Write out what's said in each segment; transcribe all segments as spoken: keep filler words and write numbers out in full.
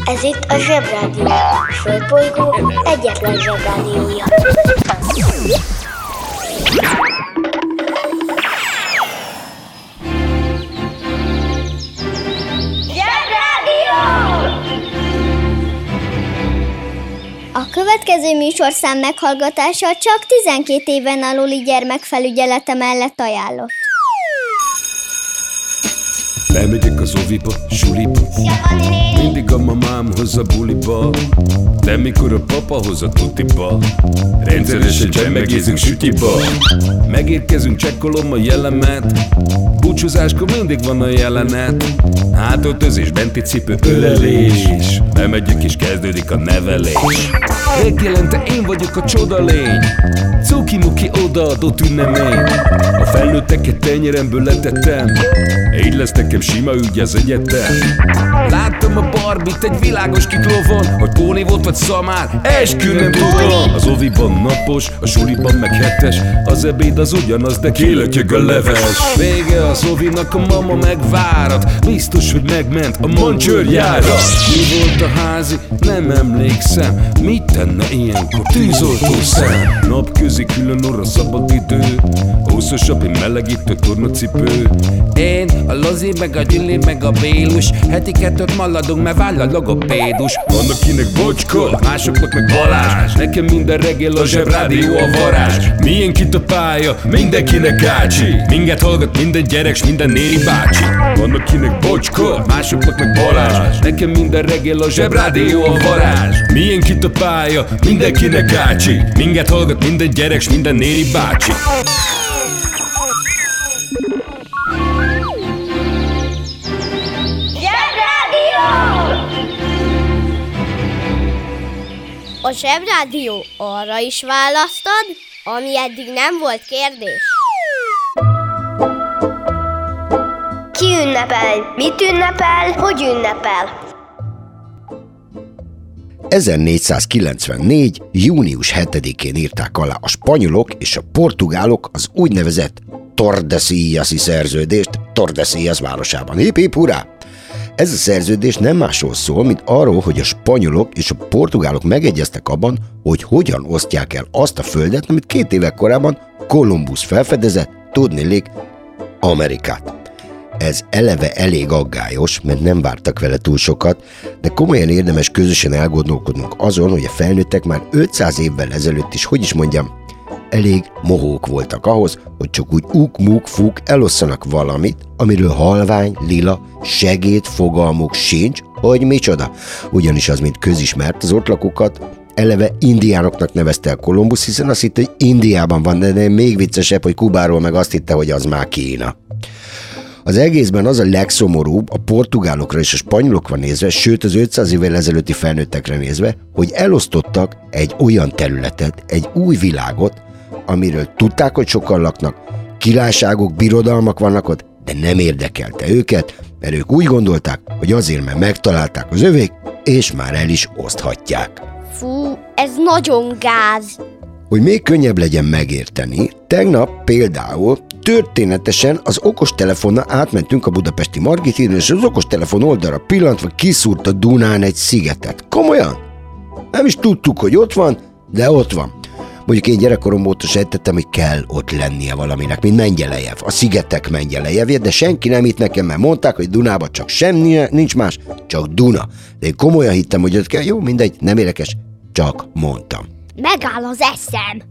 Ez itt a Zsebrádió, a Földbolygó egyetlen Zsebrádiója. Zsebrádió! A következő műsorszám meghallgatása csak tizenkét éven aluli gyermekfelügyelete mellett ajánlott. Bemegyek az oviba, suliba, mindig a mamám hoz a buliba, de mikor a papa hoz a tutiba, rendszeresen csemmegézünk sütiba. Megérkezünk, csekkolom a jellemet, búcsúzáskor mindig van a jelenet. Hátöltözés, benti cipő, ölelés, bemegyek és kezdődik a nevelés. Reggelente én vagyok a csoda lény, cuki-muki odaadott ünnemény. A felnőtteket tenyeremből letettem, így lesz nekem sima ügy az egyetem. Láttam a Barbit egy világos kiklovon, hogy póni volt vagy szamár, eskü nem tudom. Az oviban napos, a suliban meg hetes, az ebéd az ugyanaz, de kilötyög a leves. Vége az ovinak, a mama megvárat, biztos, hogy megment a mancsőrjára. Mi volt a házi? Nem emlékszem, mit tenne ilyenkor tűzoltó szem? Napközi külön orra szabad idő, húszosabb, egy melegítő tornacipő. Én, a Lozi, meg a Gyüli, meg a Bélus, heti kettőt maladunk, mert váll a logopédus. Van akinek Bocska, másoknak meg Balázs, nekem minden reggel a Zsebrádió a varázs. Milyen itt a pálya, mindenkinek ácsi, minket hallgat minden gyerek, s minden néri bácsi. Van akinek Bocska, másoknak meg Balázs, nekem minden reggel a Zsebrádió a varázs. Milyen itt a pálya, mindenkinek ácsi, minket hallgat minden gyerek, s minden néri bácsi. A Zsebrádió arra is választad, ami eddig nem volt kérdés. Ki ünnepel? Mit ünnepel? Hogy ünnepel? ezernégyszázkilencvennégy. június hetedikén írták alá a spanyolok és a portugálok az úgynevezett Tordesillas-i szerződést Tordesillas városában. Hip hip hurrá! Ez a szerződés nem másról szól, mint arról, hogy a spanyolok és a portugálok megegyeztek abban, hogy hogyan osztják el azt a földet, amit két évek korábban Kolumbusz felfedezett, tudniillik Amerikát. Ez eleve elég aggályos, mert nem vártak vele túl sokat, de komolyan érdemes közösen elgondolkodnunk azon, hogy a felnőttek már ötszáz évvel ezelőtt is, hogy is mondjam, elég mohók voltak ahhoz, hogy csak úgy uk-muk-fuk elosszanak valamit, amiről halvány, lila, segéd fogalmuk sincs, hogy micsoda. Ugyanis az, mint közismert, az ott lakókat eleve indiánoknak nevezte el Kolumbusz, hiszen azt hitte, hogy Indiában van, de még viccesebb, hogy Kubáról meg azt hitte, hogy az már Kína. Az egészben az a legszomorúbb a portugálokra és a spanyolokra nézve, sőt az ötszáz évvel ezelőtti felnőttekre nézve, hogy elosztottak egy olyan területet, egy új világot, amiről tudták, hogy sokan laknak, királyságok, birodalmak vannak ott, de nem érdekelte őket, mert ők úgy gondolták, hogy azért, mert megtalálták az övék, és már el is oszthatják. Fú, ez nagyon gáz. Hogy még könnyebb legyen megérteni, tegnap például történetesen az okostelefonnal átmentünk a budapesti Margit hídon, és az okostelefon oldalra pillantva kiszúrt a Dunán egy szigetet. Komolyan? Nem is tudtuk, hogy ott van, de ott van. Mondjuk én gyerekkorom óta sejtettem, hogy kell ott lennie valaminek, mint Mengyelejev, a szigetek Mengyelejevje, de senki nem hitt nekem, mert mondták, hogy Dunában csak semmi, nincs más, csak Duna. De én komolyan hittem, hogy ott kell, jó, mindegy, nem érdekes, csak mondtam. Megáll az eszem.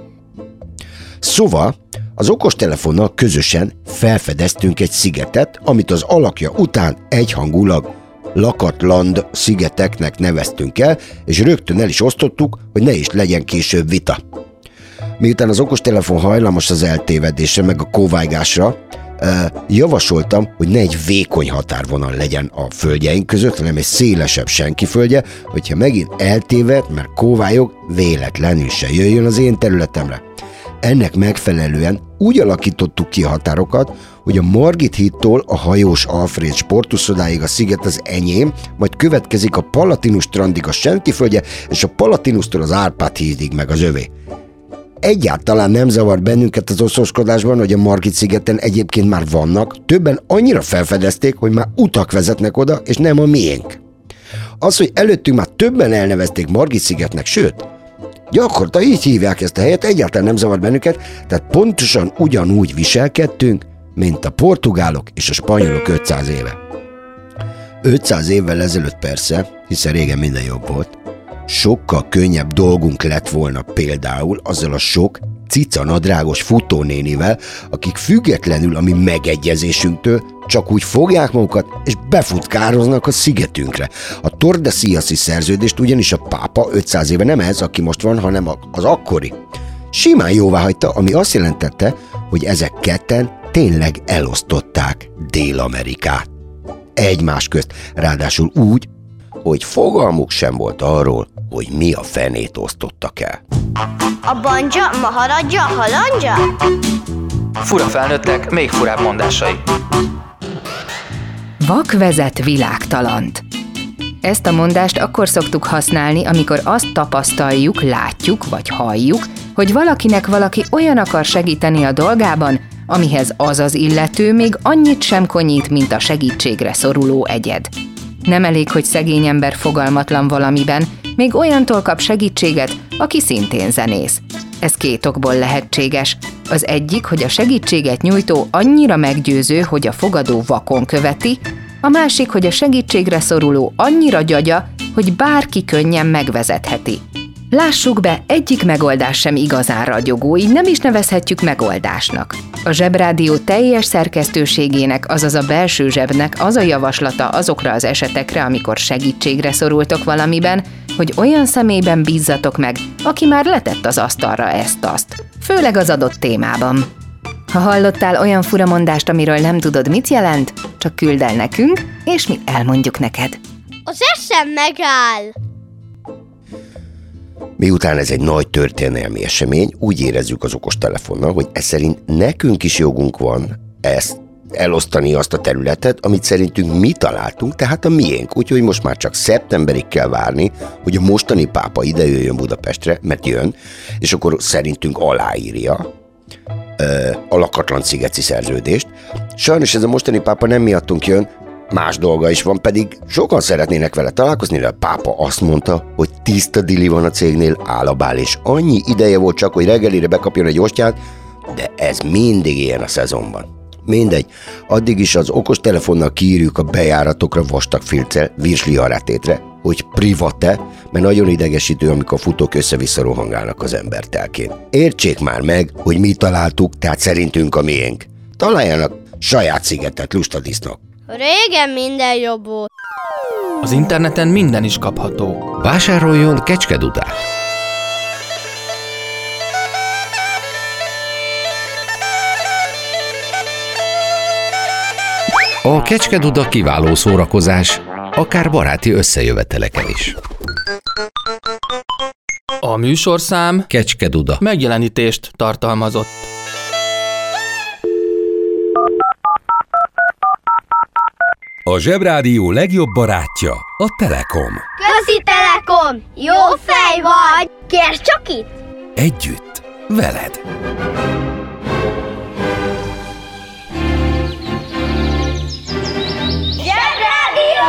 Szóval az okostelefonnal közösen felfedeztünk egy szigetet, amit az alakja után egyhangulag Lakatland szigeteknek neveztünk el, és rögtön el is osztottuk, hogy ne is legyen később vita. Miután az okostelefon hajlamos az eltévedésre, meg a kóvájgásra, javasoltam, hogy ne egy vékony határvonal legyen a földjeink között, hanem egy szélesebb senki földje, hogyha megint eltéved, mert kóvályog, véletlenül se jöjjön az én területemre. Ennek megfelelően úgy alakítottuk ki a határokat, hogy a Margit hídtól a hajós Alfréd sportuszodáig a sziget az enyém, majd következik a Palatinus strandig a senki földje, és a Palatinusztól az Árpád hídig meg az övé. Egyáltalán nem zavar bennünket az oszoskodásban, hogy a Margit-szigeten egyébként már vannak, többen annyira felfedezték, hogy már utak vezetnek oda, és nem a miénk. Az, hogy előttünk már többen elnevezték Margit-szigetnek, sőt, gyakorta így hívják ezt a helyet, egyáltalán nem zavar bennünket, tehát pontosan ugyanúgy viselkedtünk, mint a portugálok és a spanyolok ötszáz éve. ötszáz évvel ezelőtt persze, hiszen régen minden jobb volt, sokkal könnyebb dolgunk lett volna például azzal a sok cicanadrágos futónénivel, akik függetlenül a mi megegyezésünktől csak úgy fogják magukat és befutkároznak a szigetünkre. A Tordesillas-i szerződést ugyanis a pápa ötszáz éve nem ez, aki most van, hanem az akkori. Simán jóváhagyta, ami azt jelentette, hogy ezek ketten tényleg elosztották Dél-Amerikát. Egymás közt, ráadásul úgy, hogy fogalmuk sem volt arról, hogy mi a fenét osztottak el. A banja, maharadja, halandja? Fura felnőttek, még furább mondásai. Vak vezet világtalant. Ezt a mondást akkor szoktuk használni, amikor azt tapasztaljuk, látjuk vagy halljuk, hogy valakinek valaki olyan akar segíteni a dolgában, amihez az az illető még annyit sem konyít, mint a segítségre szoruló egyed. Nem elég, hogy szegény ember fogalmatlan valamiben, még olyantól kap segítséget, aki szintén zenész. Ez két okból lehetséges. Az egyik, hogy a segítséget nyújtó annyira meggyőző, hogy a fogadó vakon követi, a másik, hogy a segítségre szoruló annyira gyagya, hogy bárki könnyen megvezetheti. Lássuk be, egyik megoldás sem igazán ragyogó, így nem is nevezhetjük megoldásnak. A Zsebrádió teljes szerkesztőségének, azaz a belső zsebnek az a javaslata azokra az esetekre, amikor segítségre szorultok valamiben, hogy olyan személyben bízzatok meg, aki már letett az asztalra ezt-azt, főleg az adott témában. Ha hallottál olyan furamondást, amiről nem tudod, mit jelent, csak küld el nekünk, és mi elmondjuk neked. Az eszem megáll! Miután ez egy nagy történelmi esemény, úgy érezzük az okostelefonnal, hogy ez szerint nekünk is jogunk van ezt elosztani azt a területet, amit szerintünk mi találtunk, tehát a miénk. Úgyhogy most már csak szeptemberig kell várni, hogy a mostani pápa ide jöjjön Budapestre, mert jön, és akkor szerintünk aláírja a lakatlan-szigeti szerződést. Sajnos ez a mostani pápa nem miattunk jön, más dolga is van, pedig sokan szeretnének vele találkozni, de a pápa azt mondta, hogy tiszta dili van a cégnél, állabál, és annyi ideje volt csak, hogy reggelire bekapjon egy ostját, de ez mindig ilyen a szezonban. Mindegy, addig is az okostelefonnal kiírjuk a bejáratokra vastag filccel, virsliharátétre, hogy private, mert nagyon idegesítő, amikor a futók össze-vissza rohangálnak az ember telkén. Értsék már meg, hogy mi találtuk, tehát szerintünk a miénk. Találjanak saját szigetet, lustadisznok. Régen minden jobb volt. Az interneten minden is kapható. Vásároljon Kecskedudát! A Kecskeduda kiváló szórakozás, akár baráti összejöveteleken is. A műsorszám Kecskeduda megjelenítést tartalmazott. A Zsebrádió legjobb barátja a Telekom. Közi Telekom! Jó fej vagy! Kérd csak itt! Együtt, veled! Zsebrádió!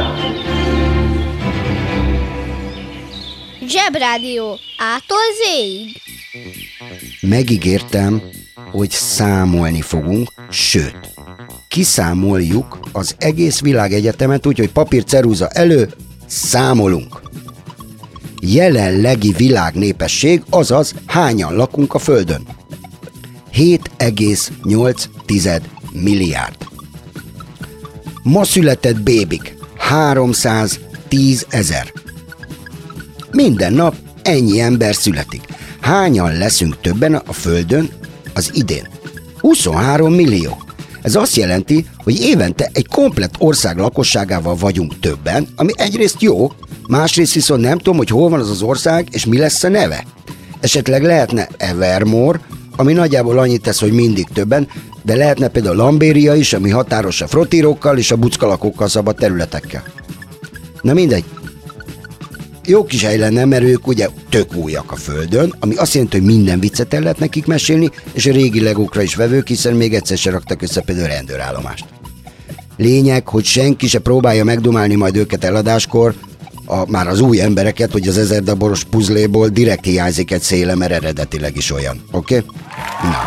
Zsebrádió A-tól Z-ig. Megígértem, hogy számolni fogunk, sőt, kiszámoljuk az egész világegyetemet, úgyhogy papír, ceruza elő, számolunk. Jelenlegi világnépesség, azaz hányan lakunk a Földön? hét egész nyolc milliárd. Ma született bébik háromszáztízezer. Minden nap ennyi ember születik. Hányan leszünk többen a Földön az idén? huszonhárom millió. Ez azt jelenti, hogy évente egy komplett ország lakosságával vagyunk többen, ami egyrészt jó, másrészt viszont nem tudom, hogy hol van az az ország, és mi lesz a neve. Esetleg lehetne Evermore, ami nagyjából annyit tesz, hogy mindig többen, de lehetne például Lambéria is, ami határos a frotírokkal és a buckalakókkal szabad területekkel. Na mindegy. Jó kis hely lenne, mert ők ugye tök újak a Földön, ami azt jelenti, hogy minden viccet el lehet nekik mesélni, és a régi legókra is vevők, hiszen még egyszer se raktak össze például rendőrállomást. Lényeg, hogy senki se próbálja megdumálni majd őket eladáskor, a, már az új embereket, hogy az ezer darabos puzzléból direkt hiányzik egy széle, mert eredetileg is olyan. Oké? Okay? Na.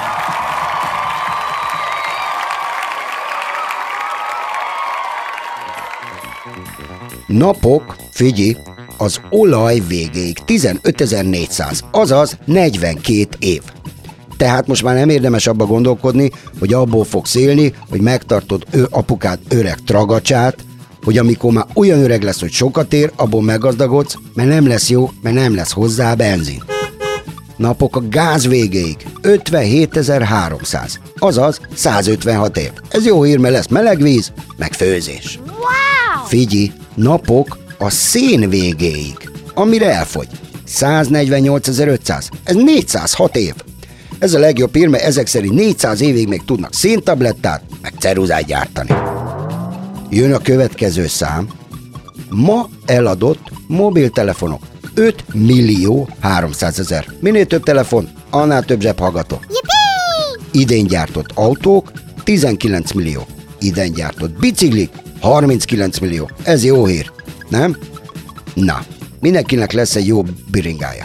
Napok, figyelj, az olaj végéig tizenötezer-négyszáz, azaz negyvenkét év. Tehát most már nem érdemes abba gondolkodni, hogy abból fogsz élni, hogy megtartod ő apukád öreg tragacsát, hogy amikor már olyan öreg lesz, hogy sokat ér, abból meggazdagodsz, mert nem lesz jó, mert nem lesz hozzá benzin. Napok a gáz végéig ötvenhétezer-háromszáz, azaz százötvenhat év. Ez jó hír, mert lesz meleg víz, meg főzés. Wow! Figyelj, napok a szén végéig, amire elfogy, száznegyvennyolcezer-ötszáz, ez négyszázhat év. Ez a legjobb hír, mert ezek szerint négyszáz évig még tudnak széntablettát, meg ceruzát gyártani. Jön a következő szám. Ma eladott mobiltelefonok öt millió háromszázezer. Minél több telefon, annál több zsebhallgató. Idén gyártott autók tizenkilenc millió. Idén gyártott biciklik harminckilenc millió. Ez jó hír, nem? Na, mindenkinek lesz egy jó biringája.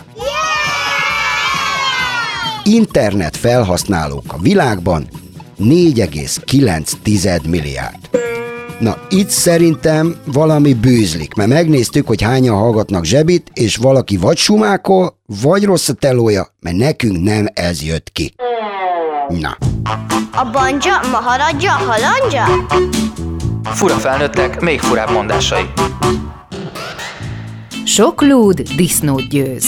Internet felhasználók a világban négy egész kilenc milliárd. Na, itt szerintem valami bűzlik, mert megnéztük, hogy hányan hallgatnak zsebit, és valaki vagy sumákol, vagy rossz a telója, mert nekünk nem ez jött ki. Na. A banja, maharadja, halandja? Fura felnőttek, még furább mondásai. Sok lúd disznót győz.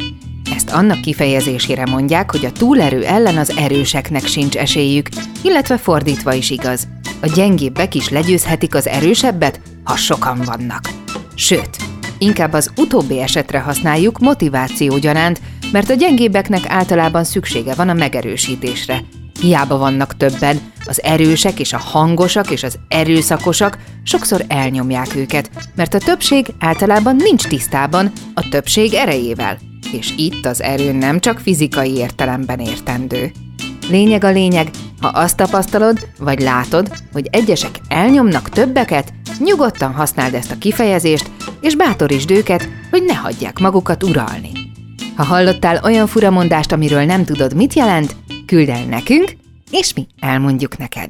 Ezt annak kifejezésére mondják, hogy a túlerő ellen az erőseknek sincs esélyük, illetve fordítva is igaz. A gyengébbek is legyőzhetik az erősebbet, ha sokan vannak. Sőt, inkább az utóbbi esetre használjuk motivációgyanánt, mert a gyengébbeknek általában szüksége van a megerősítésre. Hiába vannak többen, az erősek és a hangosak és az erőszakosak sokszor elnyomják őket, mert a többség általában nincs tisztában a többség erejével. És itt az erő nem csak fizikai értelemben értendő. Lényeg a lényeg, ha azt tapasztalod, vagy látod, hogy egyesek elnyomnak többeket, nyugodtan használd ezt a kifejezést, és bátorítsd őket, hogy ne hagyják magukat uralni. Ha hallottál olyan furamondást, amiről nem tudod, mit jelent, küldd el nekünk, és mi elmondjuk neked.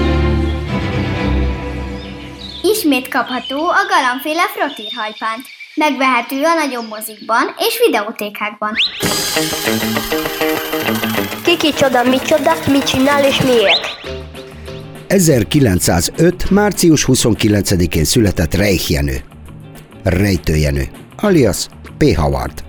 Ismét kapható a galambféle frottírhajpánt. Megvehető a nagyobb mozikban és videótékákban. Ki kicsoda, micsoda, mit csinál és miért? ezerkilencszázöt. március huszonkilencedikén született Reich Jenő. Rejtő Jenő, alias P. Howard.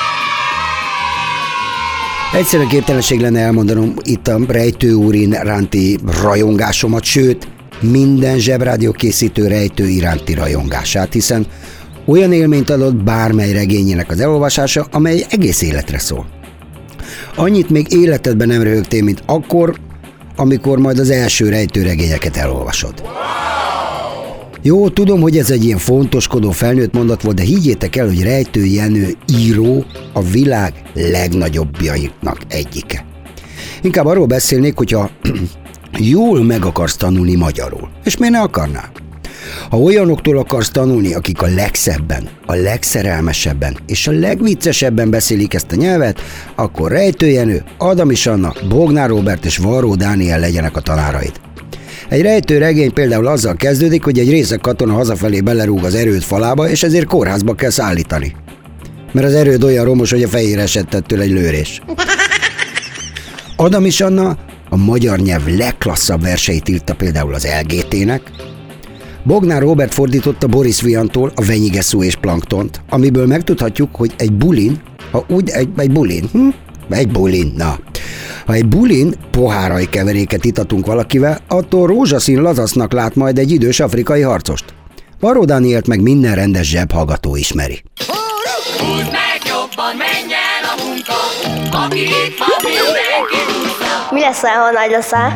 Egyszerűen képtelenség lenne elmondanom itt a Rejtő úr iránti rajongásomat, sőt, minden Zsebrádió készítő rejtő iránti rajongását, hiszen olyan élményt adott bármely regényének az elolvasása, amely egész életre szól. Annyit még életedben nem röhögtél, mint akkor, amikor majd az első rejtőregényeket elolvasod. Jó, tudom, hogy ez egy ilyen fontoskodó felnőtt mondat volt, de higgyétek el, hogy Rejtő Jenő író a világ legnagyobbjainak egyike. Inkább arról beszélnék, hogyha jól meg akarsz tanulni magyarul. És miért ne akarnál? Ha olyanoktól akarsz tanulni, akik a legszebben, a legszerelmesebben és a legviccesebben beszélik ezt a nyelvet, akkor Rejtő Jenő, Adamis Anna, Bognár Róbert és Varró Dániel legyenek a tanáraid. Egy rejtő regény például azzal kezdődik, hogy egy részeg katona hazafelé belerúg az erőd falába, és ezért kórházba kell szállítani. Mert az erőd olyan romos, hogy a fejére esett ettől egy lőrés. Adamis Anna a magyar nyelv legklasszabb verseit írta például az el gé té-nek. Bognár Róbert fordította Boris Viantól a Venyigeszú és Planktont, amiből megtudhatjuk, hogy egy bulin, ha úgy egy, egy bulin, hm? egy bulin, na. Ha egy bulin pohárai keveréket itatunk valakivel, attól rózsaszín lazasznak lát majd egy idős afrikai harcost. Varró Dánielt meg minden rendes zsebhallgató ismeri. Húzd meg jobban, menj el a munka, aki itt van, mindenki húzza. Mi leszel, ha nagy leszel?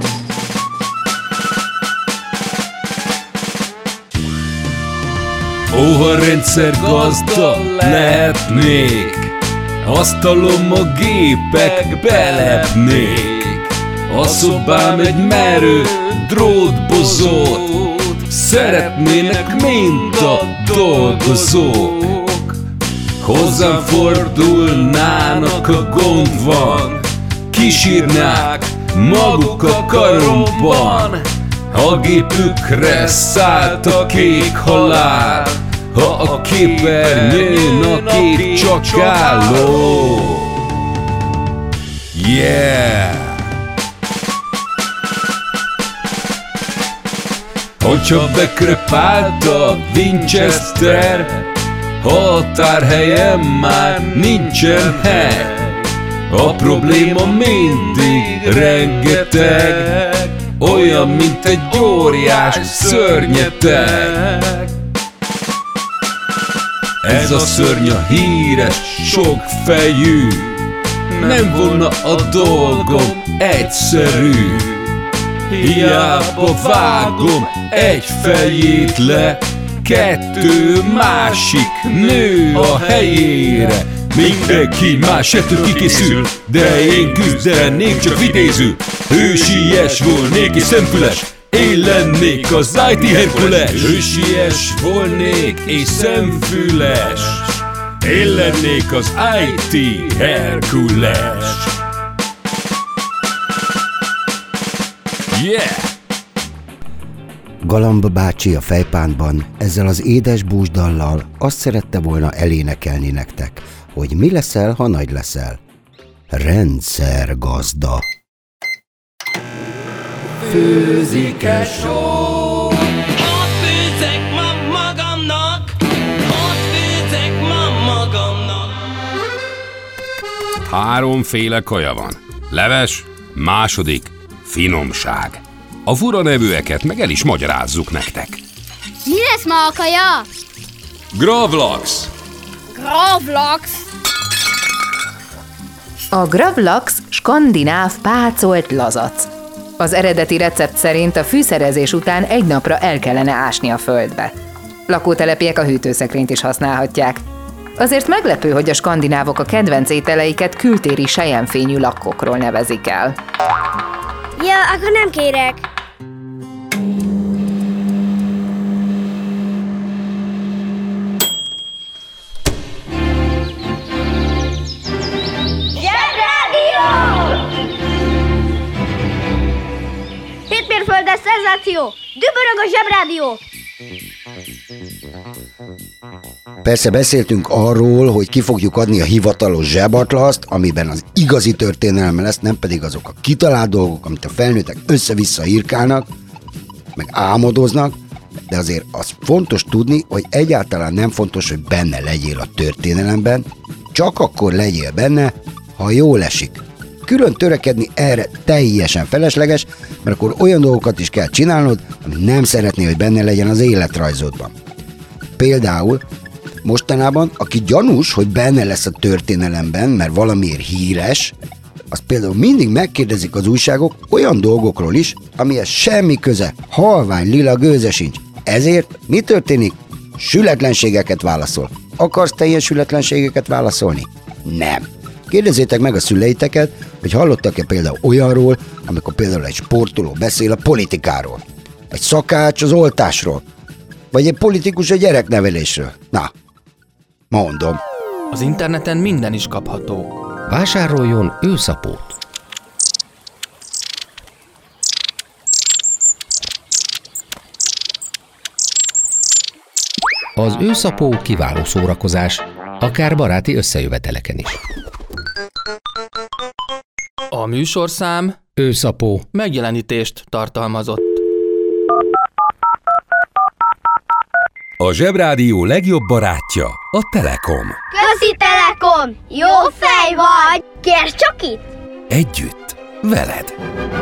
Ó, ha rendszer gazda lehetnék, asztalom a gépek belepnék, a szobám egy merő drótbozót, szeretnének mind a dolgozók. Hozzám fordulnának, a gond van, kisírnák maguk a karomban. A gépükre szállt a kék halál, ha a képernyőn a kép csak álló. Yeah! Hogyha bekrepált a Winchester, határhelyen már nincsen hely. A probléma mindig rengeteg, olyan, mint egy óriás szörnyeteg. Ez a szörny a híres, sokfejű, nem volna a dolgom egyszerű. Hiába vágom egy fejét le, kettő másik nő a helyére. Mindenki más ettől kikészül, de én küzdenék csak vitézül. Hősies volnék és szemfüles, én lennék az i té Herkules. Hősies volnék és szemfüles, én lennék az i té Herkules. Yeah! Galamba bácsi a fejpántban ezzel az édes búsdallal azt szerette volna elénekelni nektek, hogy mi leszel, ha nagy leszel. Rendszergazda. Főzik-e só? Ott főzek ma magamnak, ott főzek ma magamnak. Háromféle kaja van. Leves, második, finomság. A fura nevűeket meg el is magyarázzuk nektek. Mi lesz ma a kaja? Gravlax. Gravlax? A gravlax skandináv pácolt lazac. Az eredeti recept szerint a fűszerezés után egy napra el kellene ásni a földbe. Lakótelepiek a hűtőszekrényt is használhatják. Azért meglepő, hogy a skandinávok a kedvenc ételeiket kültéri selyemfényű lakkokról nevezik el. Ja, akkor nem kérek. Hétmérföldes szenzáció! Dübörög a Zsebrádió! Persze beszéltünk arról, hogy ki fogjuk adni a hivatalos zsebatlaszt, amiben az igazi történelem lesz, nem pedig azok a kitalált dolgok, amit a felnőttek össze-vissza írkálnak, meg álmodoznak, de azért az fontos tudni, hogy egyáltalán nem fontos, hogy benne legyél a történelemben, csak akkor legyél benne, ha jól esik. Külön törekedni erre teljesen felesleges, mert akkor olyan dolgokat is kell csinálnod, amit nem szeretnél, hogy benne legyen az életrajzodban. Például mostanában, aki gyanús, hogy benne lesz a történelemben, mert valamiért híres, az például mindig megkérdezik az újságok olyan dolgokról is, amihez semmi köze, halvány lila gőze sincs. Ezért mi történik? Sületlenségeket válaszol. Akarsz te ilyen sületlenségeket válaszolni? Nem. Kérdezzétek meg a szüleiteket, hogy hallottak-e például olyanról, amikor például egy sportoló beszél a politikáról, egy szakács az oltásról, vagy egy politikus a gyereknevelésről. Na, mondom. Az interneten minden is kapható. Vásároljon őszapót! Az őszapó kiváló szórakozás, akár baráti összejöveteleken is. A műsorszám Őszapó megjelenítést tartalmazott. A Zsebrádió legjobb barátja a Telekom. Közi Telekom! Jó fej vagy! Kérd csak itt! Együtt, veled.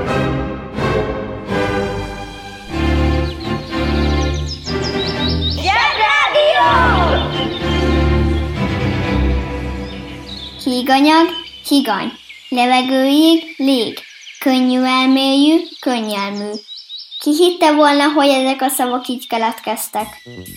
Zsebrádió! Híganyag, higany. Levegőig, lég. Könnyű elmélyű, könnyelmű. Ki hitte volna, hogy ezek a szavak így keletkeztek?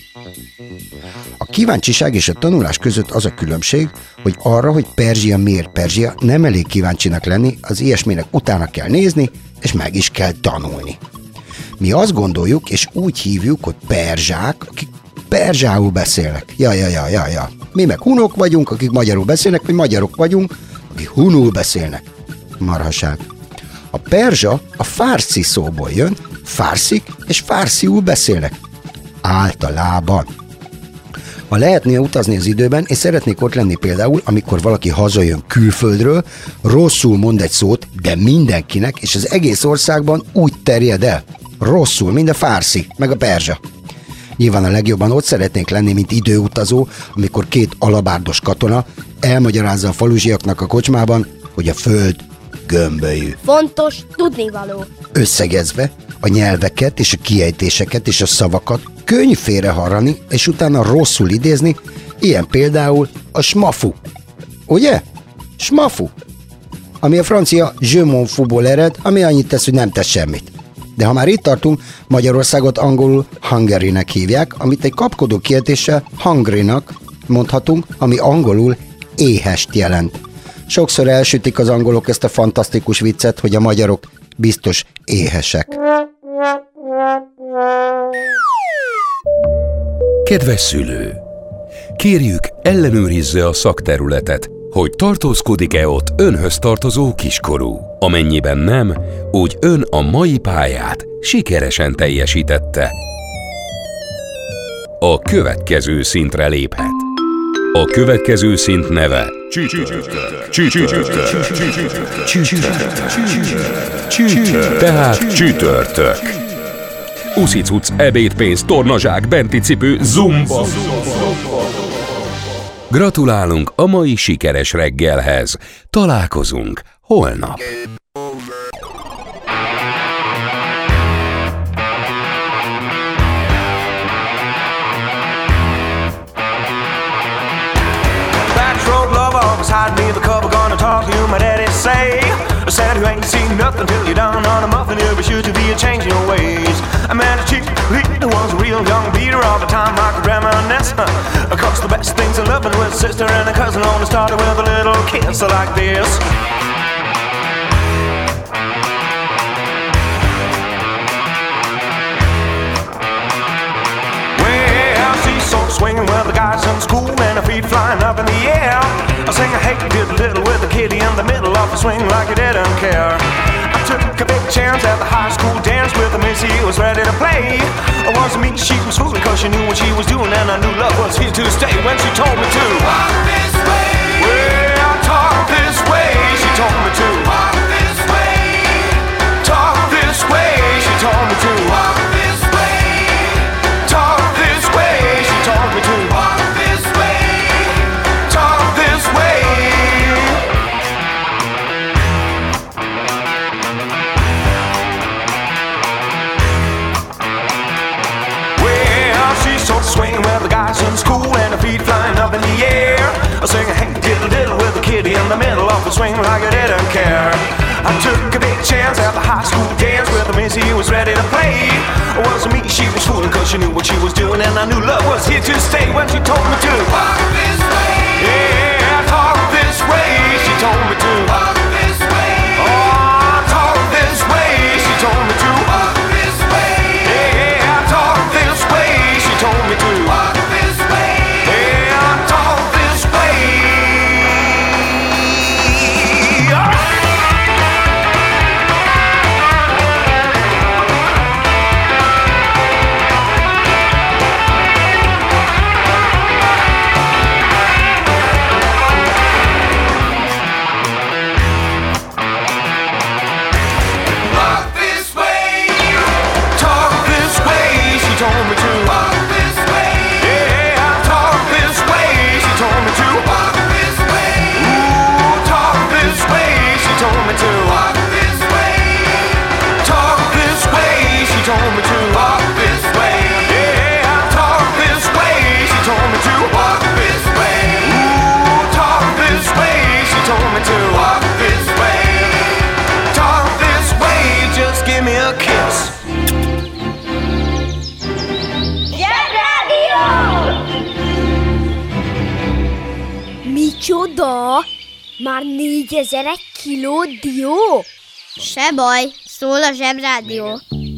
A kíváncsiság és a tanulás között az a különbség, hogy arra, hogy Perzsia miért Perzsia, nem elég kíváncsinak lenni, az ilyesminek utána kell nézni, és meg is kell tanulni. Mi azt gondoljuk, és úgy hívjuk, hogy perzsák, akik perzsául beszélnek. Ja, ja, ja, ja, ja. Mi meg hunok vagyunk, akik magyarul beszélnek, vagy magyarok vagyunk, akik hunul beszélnek. Marhaság. A perzsa a fárszi szóból jön, fárszik és fársziul beszélnek. Általában. Ha lehetne utazni az időben, és szeretnék ott lenni például, amikor valaki hazajön külföldről, rosszul mond egy szót, de mindenkinek, és az egész országban úgy terjed el. Rosszul, mind a fárszi, meg a perzsa. Nyilván a legjobban ott szeretnénk lenni, mint időutazó, amikor két alabárdos katona elmagyarázza a faluzsiaknak a kocsmában, hogy a föld gömbölyű. Fontos tudnivaló. Összegezve a nyelveket és a kiejtéseket és a szavakat könnyű félreharrani, és utána rosszul idézni, ilyen például a smafu. Ugye? Smafu. Ami a francia je m'en fous-ból ered, ami annyit tesz, hogy nem tesz semmit. De ha már itt tartunk, Magyarországot angolul Hungary-nek hívják, amit egy kapkodó kiejtéssel hungry-nak mondhatunk, ami angolul éhest jelent. Sokszor elsütik az angolok ezt a fantasztikus viccet, hogy a magyarok biztos éhesek. Kedves szülő! Kérjük, ellenőrizze a szakterületet, hogy tartózkodik-e ott önhöz tartozó kiskorú. Amennyiben nem, úgy ön a mai pályát sikeresen teljesítette. A következő szintre léphet. A következő szint neve Csütörtök. Csütörtök. Csütörtök. Tehát csütörtök. Uszicuc, ebédpénz, tornazsák, benti cipő, zumba. Gratulálunk a mai sikeres reggelhez. Találkozunk holnap. Hide me the cover, gonna talk to you, my daddy say. Said you ain't seen nothing till you're down on a muffin. You'll be sure to be a change in your ways. I met a chick, the one's a real young beater all the time, I could reminisce. Of course, the best things in loving with a sister and a cousin only started with a little kiss like this. Well, she's so swinging with the guys in school and her feet flying up in the air. I sing a hey, did little with the kitty in the middle of the swing like you didn't care. I took a big chance at the high school dance with a Missy who was ready to play. It wasn't me, she was fooling cause she knew what she was doing, and I knew love was here to stay when she told me to walk this way. Well, talk this way, she told me to walk this way. Talk this way, she told me to walk this way. Talk this way, she told me to walk this way. Talk this way. Swinging with the guys in school and her feet flying up in the air. Singing hey diddle diddle with the kitty in the middle of the swing like I didn't care. I took a big chance at the high school dance with a Missy who was ready to play. It wasn't me, she was fooling cause she knew what she was doing, and I knew love was here to stay when she told me to walk this way. Yeah, talk this way, she told me to walk this way. Oh, talk this way, she told me to walk this way. Yeah, talk this way, she told me to walk this way. Yeah, talk this way. Walk this way. Talk this way, she told me to walk this way. Yeah, talk this way, she told me to walk this way. Ooh, talk this way, she told me to walk this way. Talk this way, she told me to walk this way. Yeah, talk this way, she told me to walk this way. Ooh, talk this way, she told me to walk this way. Talk this way, just give me a kiss. Micsoda? Már négyezer kiló dió? Se baj, szól a Zsebrádió.